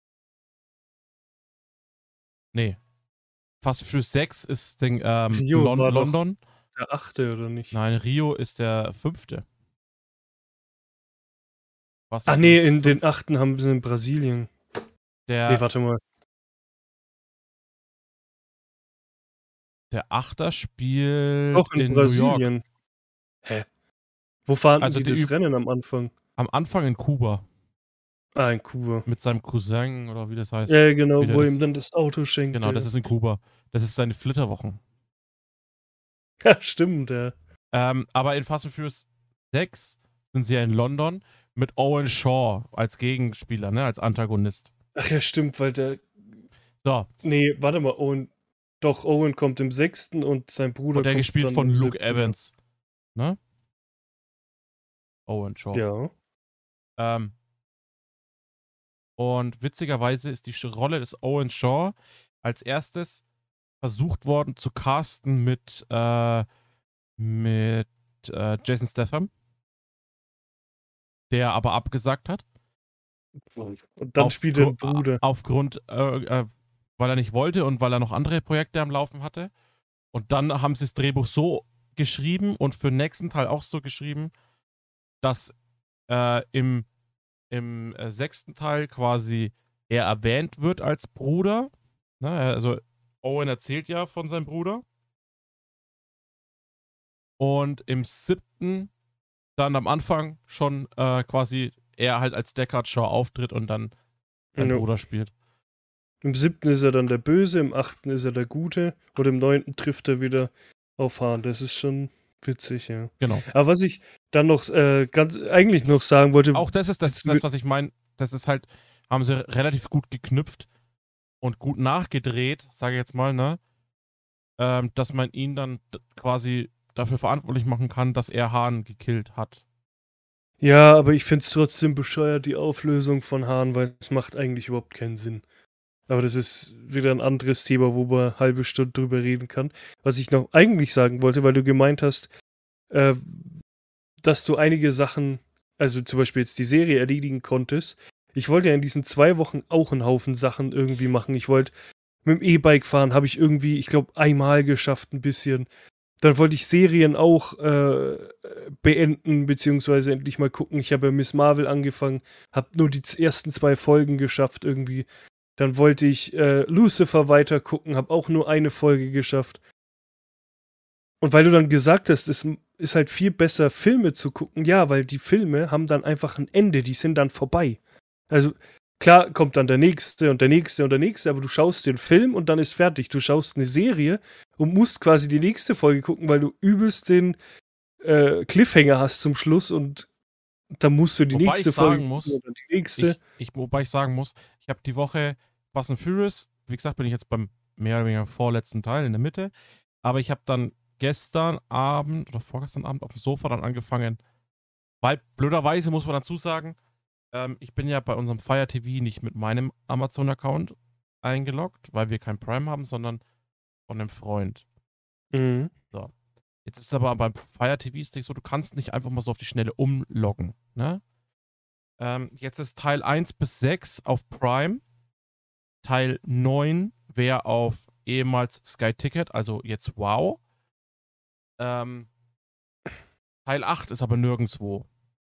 Nee. Fast and Furious sechs ist den, ähm, Rio Lon war doch London. der achte, oder nicht? Nein, Rio ist der fünfte. Fast Ah, and nee, Furious in den fünf. achten haben sie in Brasilien. Der, Nee, warte mal. der Achter spielt Doch, in in New York. Brasilien. Hä? Wo fahren Also die die das üb- Rennen am Anfang? Am Anfang in Kuba. Ah, in Kuba. Mit seinem Cousin oder wie das heißt. Ja, genau, Wie der wo ist. ihm dann das Auto schenkt. Genau, Ja. das ist in Kuba. Das ist seine Flitterwochen. Ja, stimmt, ja. Ähm, aber in Fast and Furious sechs sind sie ja in London mit Owen Shaw als Gegenspieler, ne, als Antagonist. Ach ja, stimmt, weil der. So. Nee, warte mal, Owen. Doch, Owen kommt im sechsten und sein Bruder Und der kommt gespielt dann von im Luke siebten. Evans. Ne? Owen Shaw. Ja. Ähm, und witzigerweise ist die Rolle des Owen Shaw als erstes versucht worden zu casten mit, äh, mit äh, Jason Statham, der aber abgesagt hat. Und dann spielt er Aufgru den Bruder. Aufgrund, äh, äh, weil er nicht wollte und weil er noch andere Projekte am Laufen hatte. Und dann haben sie das Drehbuch so geschrieben und für den nächsten Teil auch so geschrieben, dass äh, im, im äh, sechsten Teil quasi er erwähnt wird als Bruder. Ne? Also Owen erzählt ja von seinem Bruder. Und im siebten dann am Anfang schon äh, quasi er halt als Deckard Shaw auftritt und dann sein Ja. Bruder spielt. Im siebten ist er dann der Böse, im achten ist er der Gute und im neunten trifft er wieder auf Han. Das ist schon witzig, ja. Genau. Aber was ich dann noch äh, ganz eigentlich noch sagen wollte. Auch das ist das, das was ich meine. Das ist halt, haben sie relativ gut geknüpft und gut nachgedreht, sage ich jetzt mal, ne? Ähm, dass man ihn dann d- quasi dafür verantwortlich machen kann, dass er Han gekillt hat. Ja, aber ich finde es trotzdem bescheuert, die Auflösung von Han, weil es macht eigentlich überhaupt keinen Sinn. Aber das ist wieder ein anderes Thema, wo man eine halbe Stunde drüber reden kann. Was ich noch eigentlich sagen wollte, weil du gemeint hast, äh, dass du einige Sachen, also zum Beispiel jetzt die Serie erledigen konntest. Ich wollte ja in diesen zwei Wochen auch einen Haufen Sachen irgendwie machen. Ich wollte mit dem E-Bike fahren, habe ich irgendwie, ich glaube, einmal geschafft ein bisschen. Dann wollte ich Serien auch äh, beenden, beziehungsweise endlich mal gucken. Ich habe ja Miss Marvel angefangen, habe nur die z- ersten zwei Folgen geschafft irgendwie. Dann wollte ich äh, Lucifer weiter gucken, habe auch nur eine Folge geschafft. Und weil du dann gesagt hast, es m- ist halt viel besser, Filme zu gucken, ja, weil die Filme haben dann einfach ein Ende, die sind dann vorbei. Also klar kommt dann der nächste und der nächste und der nächste, aber du schaust den Film und dann ist fertig. Du schaust eine Serie und musst quasi die nächste Folge gucken, weil du übelst den äh, Cliffhanger hast zum Schluss und dann musst du die Wobei nächste ich Folge sagen gucken muss, und dann die nächste. ich, ich, wobei ich sagen muss, ich habe die Woche Fast and Furious, wie gesagt, bin ich jetzt beim mehr oder weniger vorletzten Teil in der Mitte, aber ich habe dann gestern Abend oder vorgestern Abend auf dem Sofa dann angefangen, weil blöderweise muss man dazu sagen, ähm, ich bin ja bei unserem Fire T V nicht mit meinem Amazon-Account eingeloggt, weil wir kein Prime haben, sondern von einem Freund. Mhm. So. Jetzt ist es aber beim Fire T V-Stick so, du kannst nicht einfach mal so auf die Schnelle umloggen. Ne? Ähm, jetzt ist Teil eins bis sechs auf Prime. Teil neun wäre auf ehemals Sky Ticket, also jetzt Wow. Ähm, Teil acht ist aber nirgendwo.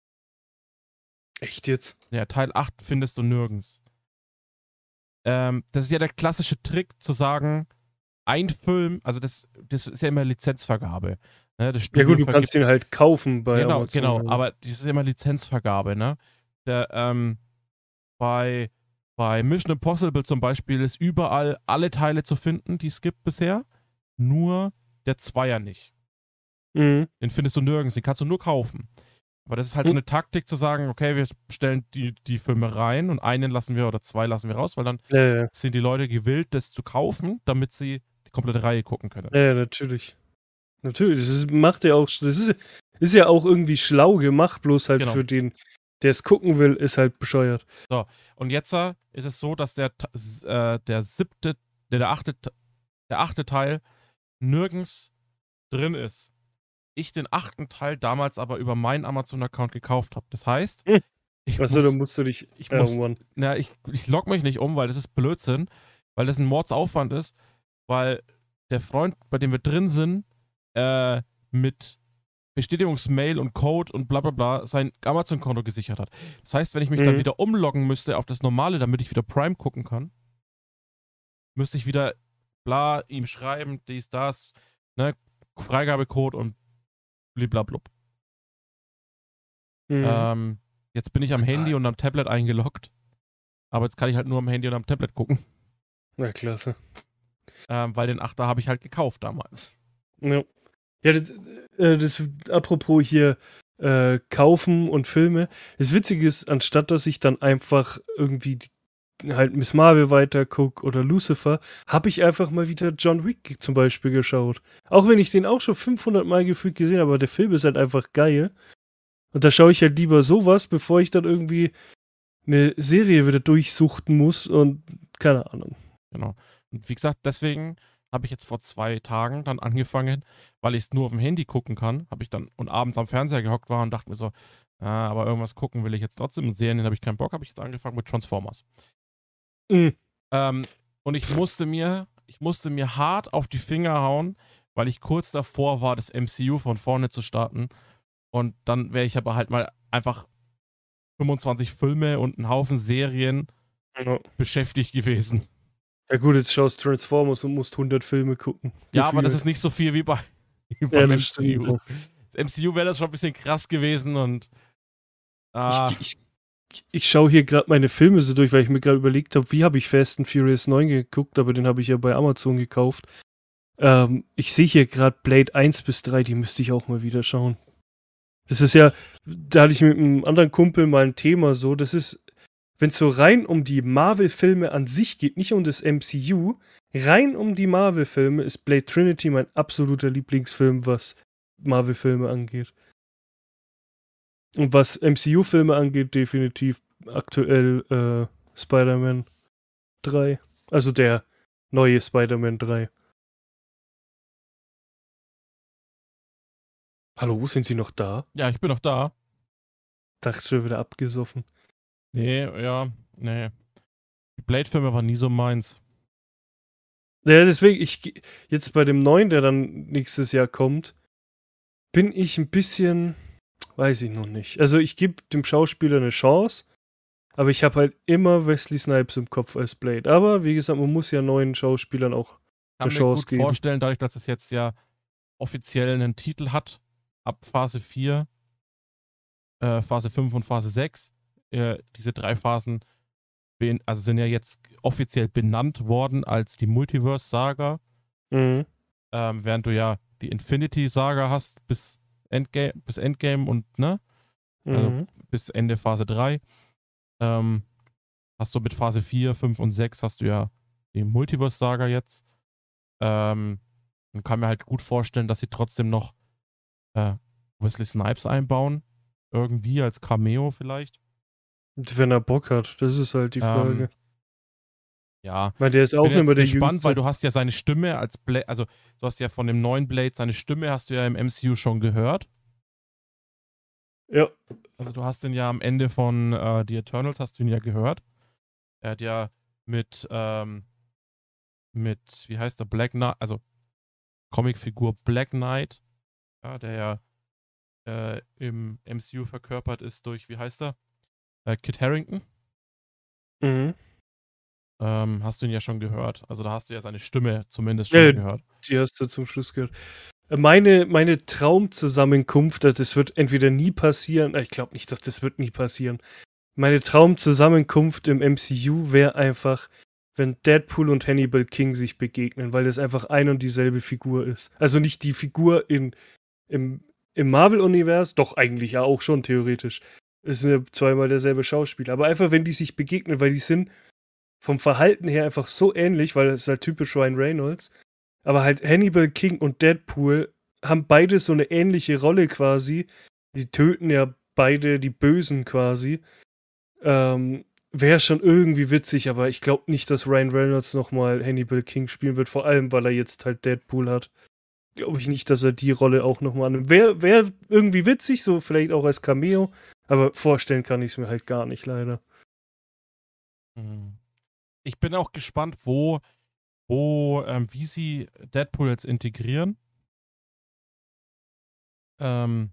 Echt jetzt? Ja, Teil acht findest du nirgends. Ähm, das ist ja der klassische Trick zu sagen, ein Film, also das, das ist ja immer Lizenzvergabe. Ne? Das Ja Studio gut, du vergibt. kannst den halt kaufen bei Genau, Amazon. genau, ja. aber das ist ja immer Lizenzvergabe, ne? Der, ähm, bei, bei Mission Impossible zum Beispiel ist überall alle Teile zu finden, die es gibt bisher. Nur der Zweier nicht. Mhm. Den findest du nirgends, den kannst du nur kaufen. Aber das ist halt so Hm. eine Taktik zu sagen, okay, wir stellen die, die Filme rein und einen lassen wir oder zwei lassen wir raus, weil dann Ja, ja, sind die Leute gewillt, das zu kaufen, damit sie die komplette Reihe gucken können. ja, ja, natürlich. Natürlich, das ist, macht ja auch, das ist, ist ja auch irgendwie schlau gemacht, bloß halt Genau. für den, der es gucken will, ist halt bescheuert. Und jetzt äh, ist es so, dass der, Ta- s- äh, der siebte, der, der achte, Ta- der achte Teil nirgends drin ist. Ich den achten Teil damals aber über meinen Amazon-Account gekauft habe. Das heißt, Hm. ich Achso, da muss, musst du dich ich äh, muss, umwandeln. na, ich, ich log mich nicht um, weil das ist Blödsinn, weil das ein Mordsaufwand ist, weil der Freund, bei dem wir drin sind, äh, mit Bestätigungsmail und Code und bla bla bla sein Amazon-Konto gesichert hat. Das heißt, wenn ich mich dann Mhm. wieder umloggen müsste auf das Normale, damit ich wieder Prime gucken kann, müsste ich wieder bla ihm schreiben, dies, das, ne, Freigabecode und bliblablub. Mhm. Ähm, jetzt bin ich am Handy und am Tablet eingeloggt, aber jetzt kann ich halt nur am Handy und am Tablet gucken, Na, klasse. ähm, weil den Achter habe ich halt gekauft damals. Ja. Ja, das, äh, das apropos hier äh, kaufen und Filme. Das Witzige ist, anstatt dass ich dann einfach irgendwie die, halt Miss Marvel weiterguck oder Lucifer, habe ich einfach mal wieder John Wick zum Beispiel geschaut. Auch wenn ich den auch schon fünfhundert Mal gefühlt gesehen habe, aber der Film ist halt einfach geil. Und da schaue ich halt lieber sowas, bevor ich dann irgendwie eine Serie wieder durchsuchten muss und keine Ahnung. Genau. Und wie gesagt, deswegen habe ich jetzt vor zwei Tagen dann angefangen, weil ich es nur auf dem Handy gucken kann, habe ich dann und abends am Fernseher gehockt war und dachte mir so, ah, aber irgendwas gucken will ich jetzt trotzdem und Serien habe ich keinen Bock, habe ich jetzt angefangen mit Transformers. Mhm. Ähm, und ich musste mir, ich musste mir hart auf die Finger hauen, weil ich kurz davor war, das M C U von vorne zu starten. Und dann wäre ich aber halt mal einfach fünfundzwanzig Filme und einen Haufen Serien Ja. beschäftigt gewesen. Ja gut, jetzt schaust Transformers und musst hundert Filme gucken. Ja, aber das Gefühlt. ist nicht so viel wie bei wie Ja, beim das M C U. stimmt. Das M C U wäre das schon ein bisschen krass gewesen und ah, Ich, ich, ich schaue hier gerade meine Filme so durch, weil ich mir gerade überlegt habe, wie habe ich Fast and Furious neun geguckt, aber den habe ich ja bei Amazon gekauft. Ähm, ich sehe hier gerade Blade eins bis drei, die müsste ich auch mal wieder schauen. Das ist ja, da hatte ich mit einem anderen Kumpel mal ein Thema so, das ist, wenn es so rein um die Marvel-Filme an sich geht, nicht um das M C U, rein um die Marvel-Filme ist Blade Trinity mein absoluter Lieblingsfilm, was Marvel-Filme angeht. Und was M C U-Filme angeht, definitiv aktuell äh, Spider-Man drei. Also der neue Spider-Man drei. Hallo, sind Sie noch da? ja, ich bin noch da. Dachte schon wieder abgesoffen. Nee, ja, nee. Die Blade-Filme waren nie so meins. Ja, deswegen, ich jetzt bei dem neuen, der dann nächstes Jahr kommt, bin ich ein bisschen, weiß ich noch nicht. Also ich gebe dem Schauspieler eine Chance, aber ich habe halt immer Wesley Snipes im Kopf als Blade. Aber wie gesagt, man muss ja neuen Schauspielern auch Kann eine mir Chance gut geben. vorstellen, dadurch, dass es jetzt ja offiziell einen Titel hat, ab Phase vier, äh, Phase fünf und Phase sechs. Äh, diese drei Phasen ben- also sind ja jetzt offiziell benannt worden als die Multiverse-Saga, Mhm. ähm, während du ja die Infinity-Saga hast bis Endgame, bis Endgame und, ne? Also Mhm. bis Ende Phase drei. Ähm, hast du mit Phase vier, fünf und sechs hast du ja die Multiverse-Saga jetzt. Ähm, und kann mir halt gut vorstellen, dass sie trotzdem noch äh, Wesley Snipes einbauen. Irgendwie als Cameo vielleicht. Und wenn er Bock hat, das ist halt die Frage. Ähm, ja, Weil der ist bin auch immer jetzt der gespannt, Jüngste. weil du hast ja seine Stimme als Blade, also du hast ja von dem neuen Blade, seine Stimme hast du ja im M C U schon gehört. Ja. Also du hast ihn ja am Ende von äh, The Eternals, hast du ihn ja gehört. Er hat ja mit, ähm, mit, wie heißt der, Black Knight, also Comicfigur Black Knight, ja, der ja äh, im M C U verkörpert ist durch, wie heißt er, äh, Kit Harington. Mhm. Ähm, hast du ihn ja schon gehört. Also da hast du ja seine Stimme zumindest schon Ja, gehört. die hast du zum Schluss gehört. Meine, meine Traumzusammenkunft, das wird entweder nie passieren, ich glaube nicht, doch, das wird nie passieren. Meine Traumzusammenkunft im M C U wäre einfach, wenn Deadpool und Hannibal King sich begegnen, weil das einfach ein und dieselbe Figur ist. Also nicht die Figur in, im, im Marvel-Universum, doch eigentlich ja auch schon theoretisch. Es sind ja zweimal derselbe Schauspieler. Aber einfach, wenn die sich begegnen, weil die sind vom Verhalten her einfach so ähnlich, weil das ist halt typisch Ryan Reynolds. Aber halt Hannibal King und Deadpool haben beide so eine ähnliche Rolle quasi. Die töten ja beide die Bösen quasi. Ähm, wäre schon irgendwie witzig, aber ich glaube nicht, dass Ryan Reynolds nochmal Hannibal King spielen wird, vor allem, weil er jetzt halt Deadpool hat. Glaube ich nicht, dass er die Rolle auch nochmal annimmt. Wäre wär irgendwie witzig, so vielleicht auch als Cameo, aber vorstellen kann ich es mir halt gar nicht, leider. Mhm. Ich bin auch gespannt, wo, wo, ähm, wie sie Deadpool jetzt integrieren. Ähm,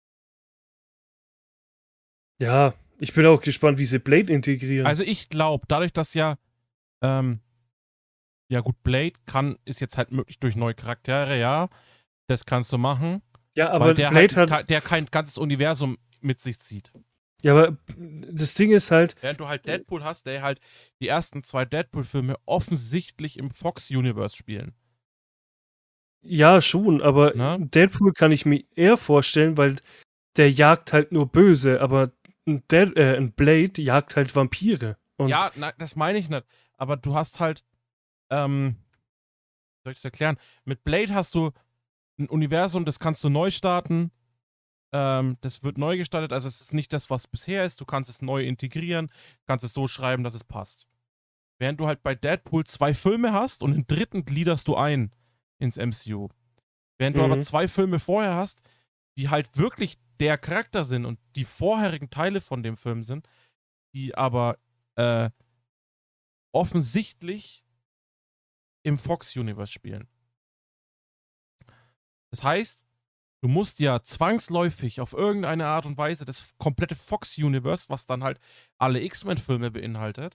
Ja, ich bin auch gespannt, wie sie Blade integrieren. also ich glaube, dadurch, dass ja, ähm, ja gut, Blade kann, ist jetzt halt möglich durch neue Charaktere, ja, das kannst du machen, ja, aber weil der Blade halt, hat. der kein ganzes Universum mit sich zieht. Ja, aber das Ding ist halt. Während du halt Deadpool hast, der halt die ersten zwei Deadpool-Filme offensichtlich im Fox-Universe spielen. Ja, schon, aber Ne? Deadpool kann ich mir eher vorstellen, weil der jagt halt nur Böse, aber ein, Dead, äh, ein Blade jagt halt Vampire. Und Ja, na, das meine ich nicht. Aber du hast halt, ähm, wie soll ich das erklären? Mit Blade hast du ein Universum, das kannst du neu starten. Ähm, das wird neu gestaltet, also es ist nicht das, was bisher ist. Du kannst es neu integrieren, kannst es so schreiben, dass es passt. Während du halt bei Deadpool zwei Filme hast und den dritten gliederst du ein ins M C U. Während du aber mhm. zwei Filme vorher hast, die halt wirklich der Charakter sind und die vorherigen Teile von dem Film sind, die aber äh, offensichtlich im Fox-Universe spielen. Das heißt, du musst ja zwangsläufig auf irgendeine Art und Weise das komplette Fox-Universe, was dann halt alle X-Men-Filme beinhaltet,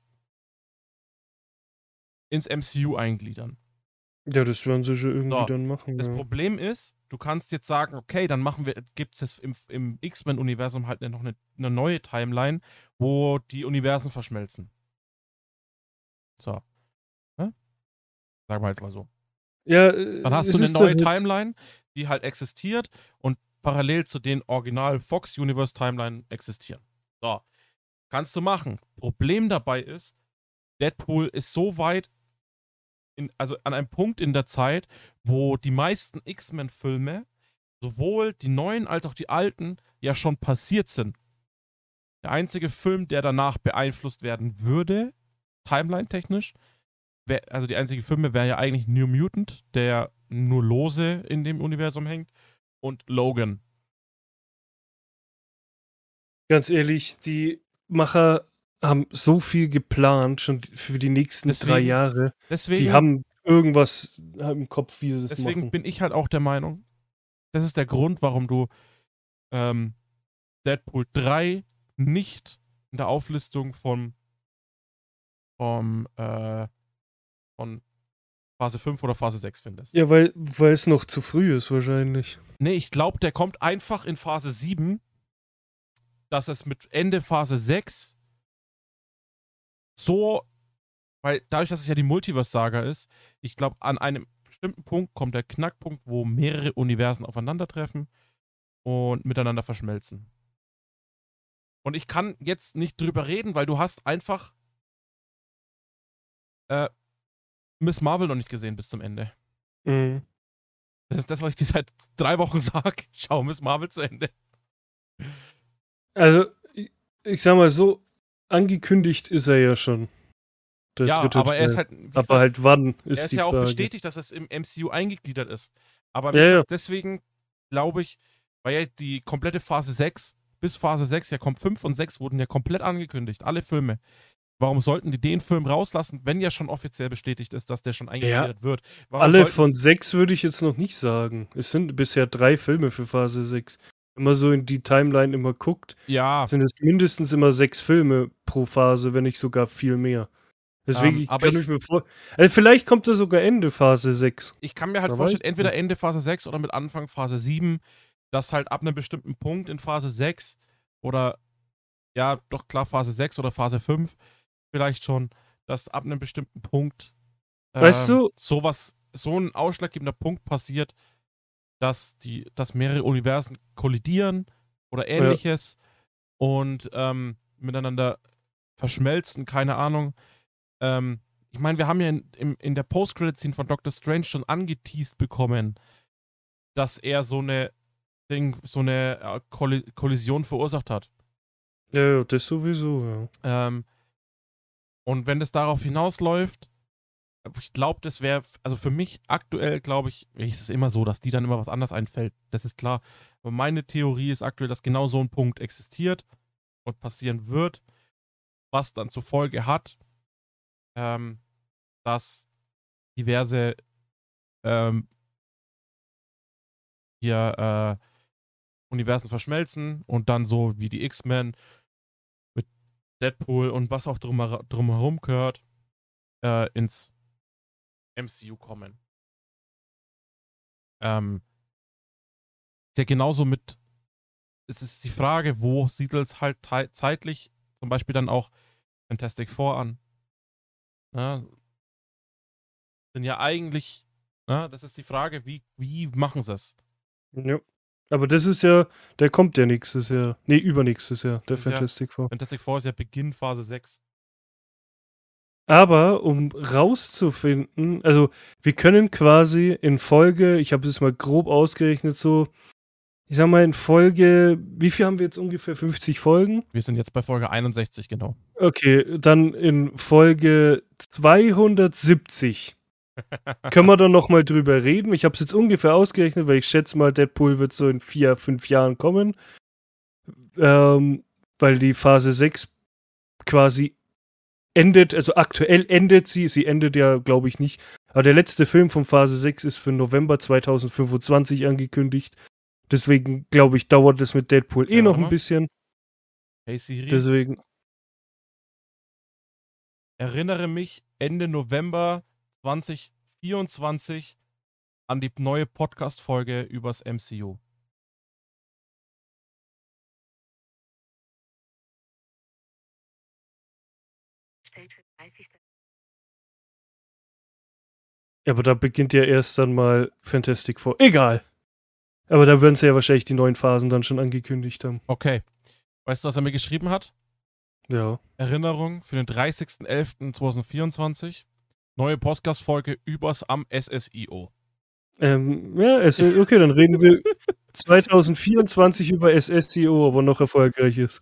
ins M C U eingliedern. Ja, das werden sie schon irgendwie So, dann machen. das Ja. Problem ist, du kannst jetzt sagen, okay, dann machen wir, gibt es jetzt im, im X-Men-Universum halt noch eine, eine neue Timeline, wo die Universen verschmelzen. So. Ne? Sagen wir jetzt mal so. Ja, Dann äh, hast du es eine ist doch neue jetzt. Timeline, die halt existiert und parallel zu den Original Fox Universe Timeline existieren. So. Kannst du machen. Problem dabei ist, Deadpool ist so weit, in, also an einem Punkt in der Zeit, wo die meisten X-Men-Filme, sowohl die neuen als auch die alten, ja schon passiert sind. Der einzige Film, der danach beeinflusst werden würde, timeline-technisch, wär, also die einzige Filme wäre ja eigentlich New Mutant, der nur lose in dem Universum hängt, und Logan. Ganz ehrlich, die Macher haben so viel geplant, schon für die nächsten drei Deswegen, Jahre. Die deswegen, haben irgendwas im Kopf, wie sie das deswegen machen. bin ich halt auch der Meinung, das ist der Grund, warum du ähm, Deadpool drei nicht in der Auflistung von, vom, äh, von Phase fünf oder Phase sechs findest. Ja, weil, weil es noch zu früh ist, wahrscheinlich. Nee, ich glaube, der kommt einfach in Phase sieben, dass es mit Ende Phase sechs so, weil dadurch, dass es ja die Multiverse-Saga ist, ich glaube, an einem bestimmten Punkt kommt der Knackpunkt, wo mehrere Universen aufeinandertreffen und miteinander verschmelzen. Und ich kann jetzt nicht drüber reden, weil du hast einfach äh, Miss Marvel noch nicht gesehen bis zum Ende. Mhm. Das ist das, was ich dir seit drei Wochen sage. Schau Miss Marvel zu Ende. Also, ich, ich sag mal so, angekündigt ist er ja schon, der Ja, dritte aber er ist Teil. halt, wie Aber gesagt, halt wann, er ist ist die ja auch Frage. bestätigt, dass es im M C U eingegliedert ist. Aber wie Ja, ja. gesagt, deswegen glaube ich, weil ja die komplette Phase sechs bis Phase sechs, ja kommt fünf und sechs wurden ja komplett angekündigt, alle Filme. Warum sollten die den Film rauslassen, wenn ja schon offiziell bestätigt ist, dass der schon eingegliedert wird? Warum Alle sollten von sechs würde ich jetzt noch nicht sagen. Es sind bisher drei Filme für Phase sechs. Wenn man so in die Timeline immer guckt, ja, sind es mindestens immer sechs Filme pro Phase, wenn nicht sogar viel mehr. Deswegen ähm, ich aber kann ich ich, mir vor. Also vielleicht kommt er sogar Ende Phase sechs. ich kann mir halt Wer vorstellen, weiß. entweder Ende Phase sechs oder mit Anfang Phase sieben, dass halt ab einem bestimmten Punkt in Phase sechs oder ja, doch klar, Phase sechs oder Phase fünf vielleicht schon, dass ab einem bestimmten Punkt Weißt ähm, du, sowas, so ein ausschlaggebender Punkt passiert, dass die, dass mehrere Universen kollidieren oder ja, ähnliches und ähm, miteinander verschmelzen, keine Ahnung. Ähm, ich meine, wir haben ja in, in, in der Post-Credit-Scene von Doctor Strange schon angeteased bekommen, dass er so eine Ding, so eine äh, Kolli- Kollision verursacht hat. ja, ja, das sowieso, ja. Ähm, und wenn das darauf hinausläuft, ich glaube, das wäre, also für mich aktuell, glaube ich, ist es immer so, dass die dann immer was anderes einfällt. Das ist klar. Aber meine Theorie ist aktuell, dass genau so ein Punkt existiert und passieren wird, was dann zur Folge hat, ähm, dass diverse ähm, hier äh, Universen verschmelzen und dann so wie die X-Men mit Deadpool und was auch drum, drumherum gehört, äh, ins M C U kommen. Ähm, ist ja genauso mit, es ist die Frage, wo siedelt es halt zeitlich zum Beispiel dann auch Fantastic Four an. Ja, sind ja eigentlich Na, das ist die Frage, wie, wie machen sie es? Ja. Aber das ist ja, der kommt ja nächstes Jahr. Nee, übernächstes Jahr, der Das ist ja- Fantastic Four. Fantastic Four ist ja Beginn Phase sechs. Aber um rauszufinden, also wir können quasi in Folge, ich habe es mal grob ausgerechnet, so, ich sag mal in Folge, wie viel haben wir jetzt ungefähr? fünfzig Folgen? Wir sind jetzt bei Folge einundsechzig, genau. Okay, dann in Folge zweihundertsiebzig können wir dann nochmal drüber reden. Ich habe es jetzt ungefähr ausgerechnet, weil ich schätze mal, Deadpool wird so in vier, fünf Jahren kommen. Ähm, weil die Phase sechs quasi endet, also aktuell endet sie, sie endet ja, glaube ich, nicht. Aber der letzte Film von Phase sechs ist für November zweitausendfünfundzwanzig angekündigt. Deswegen, glaube ich, dauert es mit Deadpool eh Ja, noch warte ein mal. bisschen. Hey Siri, Deswegen, erinnere mich Ende November zwanzig vierundzwanzig an die neue Podcast-Folge übers M C U. ja, aber da beginnt ja erst dann mal Fantastic Four. Egal. Aber da werden sie ja wahrscheinlich die neuen Phasen dann schon angekündigt haben. Okay. Weißt du, was er mir geschrieben hat? Ja. Erinnerung für den dreißigsten elften zweitausendvierundzwanzig. Neue Podcast-Folge übers am S S I O. Ähm, ja, es, okay, dann reden wir zweitausendvierundzwanzig über S S I O, aber noch erfolgreich ist.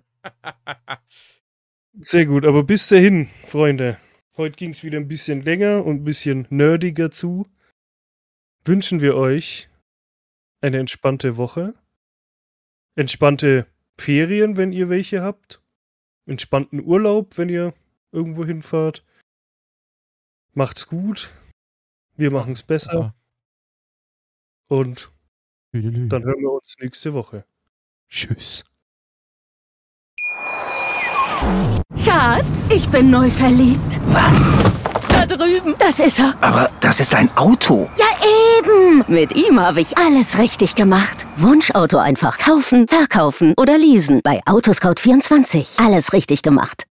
Sehr gut, aber bis dahin, Freunde. Heute ging es wieder ein bisschen länger und ein bisschen nerdiger zu. Wünschen wir euch eine entspannte Woche. Entspannte Ferien, wenn ihr welche habt. Entspannten Urlaub, wenn ihr irgendwo hinfahrt. Macht's gut. Wir machen's besser. Und Tüdelü. dann hören wir uns nächste Woche. Tschüss. Schatz, ich bin neu verliebt. Was? Da drüben. Das ist er. Aber das ist ein Auto. Ja, eben. Mit ihm habe ich alles richtig gemacht. Wunschauto einfach kaufen, verkaufen oder leasen. Bei Autoscout vierundzwanzig. Alles richtig gemacht.